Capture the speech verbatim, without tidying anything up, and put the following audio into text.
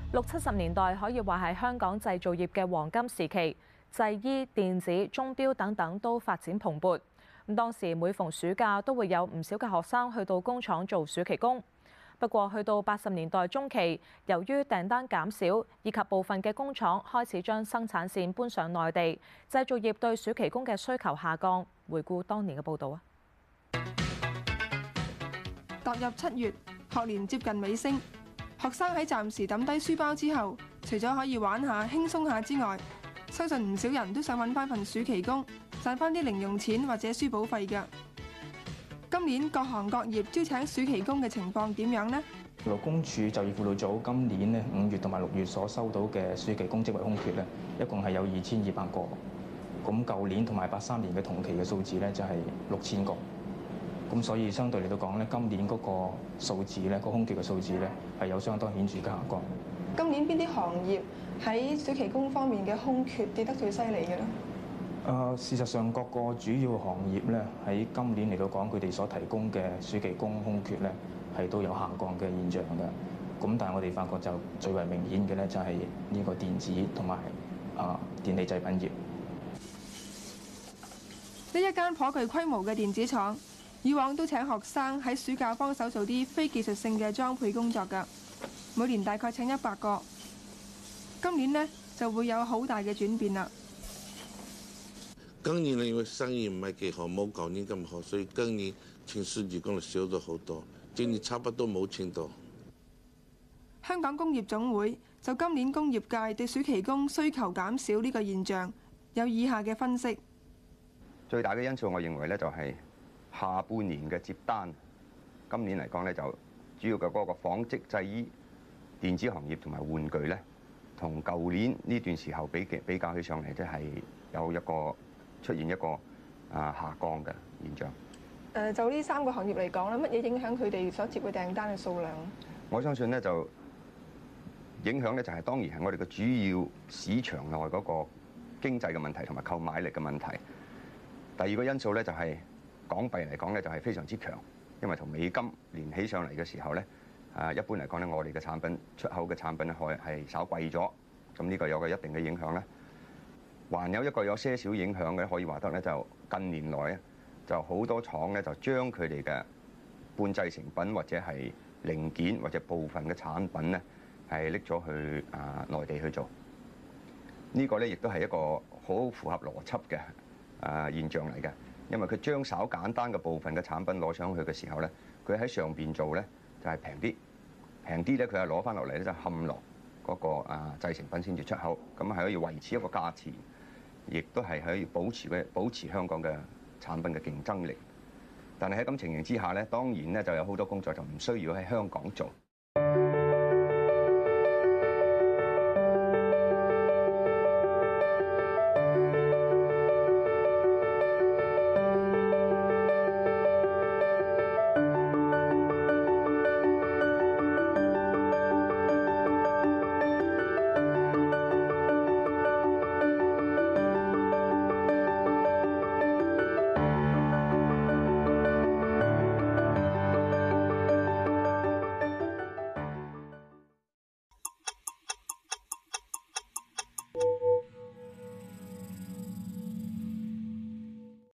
六七十年代可以話係香港製造業嘅黃金時期，製衣、電子、鐘錶等等都發展蓬勃。咁當時每逢暑假都會有唔少嘅學生去到工廠做暑期工。不過去到八十年代中期，由於訂單減少，以及部分嘅工廠開始將生產線搬上內地，製造業對暑期工嘅需求下降。回顧當年嘅報導啊！ 踏入七月，學年接近尾聲，學生喺暫時抌低書包之後，除咗可以玩下、輕鬆下之外，相信唔少人都想揾翻份暑期工，賺翻啲零用錢或者書簿費㗎。今年各行各業招請暑期工嘅情況點樣呢？ 勞工處就業輔導組今年咧五月同埋六月所收到嘅暑期工職位空缺咧，一共係有二千二百個。咁舊年同埋八三年嘅同期嘅數字咧就係六千個。咁所以相對嚟到講咧，今年嗰個數字咧，個空缺嘅數字咧係有相當顯著嘅下降。 今年邊啲行業喺暑期工方面嘅空缺跌得最犀利嘅咧？ 誒、呃，事實上各個主要行業咧喺今年嚟到講，佢哋所提供嘅暑期工空缺咧係都有下降嘅現象嘅。咁但係我哋發覺就最為明顯嘅咧就係呢個電子同埋啊電器製品業。 呢一間頗具規模嘅電子廠，以往都請學生喺暑假幫手做啲非技術性嘅裝配工作㗎，每年大概請一百個。今年呢就會有好大嘅轉變啦。 今年呢，因為生意唔係幾好，冇舊年咁好，所以今年請暑期工少咗好多，今年差不多冇請到。 香港工業總會就今年工業界對暑期工需求減少呢個現象，有以下嘅分析。 最大嘅因素，我認為咧就係下半年嘅接單。今年嚟講咧，就主要嘅嗰個紡織、製衣、電子行業同埋玩具咧，同舊年呢段時候比嘅比較起上嚟，即係有一個出現一個啊下降嘅現象。 誒，就呢三個行業嚟講咧，乜嘢影響佢哋所接嘅訂單嘅數量？我相信咧就影響咧就係當然係我哋嘅主要市場內嗰個經濟嘅問題同埋購買力嘅問題。第二個因素咧就係港幣嚟講咧就係非常之強，因為同美金連起上嚟嘅時候咧，啊一般嚟講咧我哋嘅產品出口嘅產品咧係係稍貴咗，咁呢個有個一定嘅影響咧。還有一個有些少影響嘅可以話得咧，就近年來咧就好多廠咧就將佢哋嘅半製成品或者係零件或者部分嘅產品咧係拎咗去啊內地去做，呢個咧亦都係一個好符合邏輯嘅啊現象嚟嘅，因為佢將稍簡單嘅部分嘅產品攞上去嘅時候咧，佢喺上邊做咧就係平啲，平啲咧佢係攞翻落嚟咧就冚落嗰個啊製成品先至出口，咁係可以維持一個價錢，亦都係可以保持嘅保持香港嘅產品嘅競爭力。但係喺咁情形之下咧，當然咧就有好多工作就唔需要喺香港做。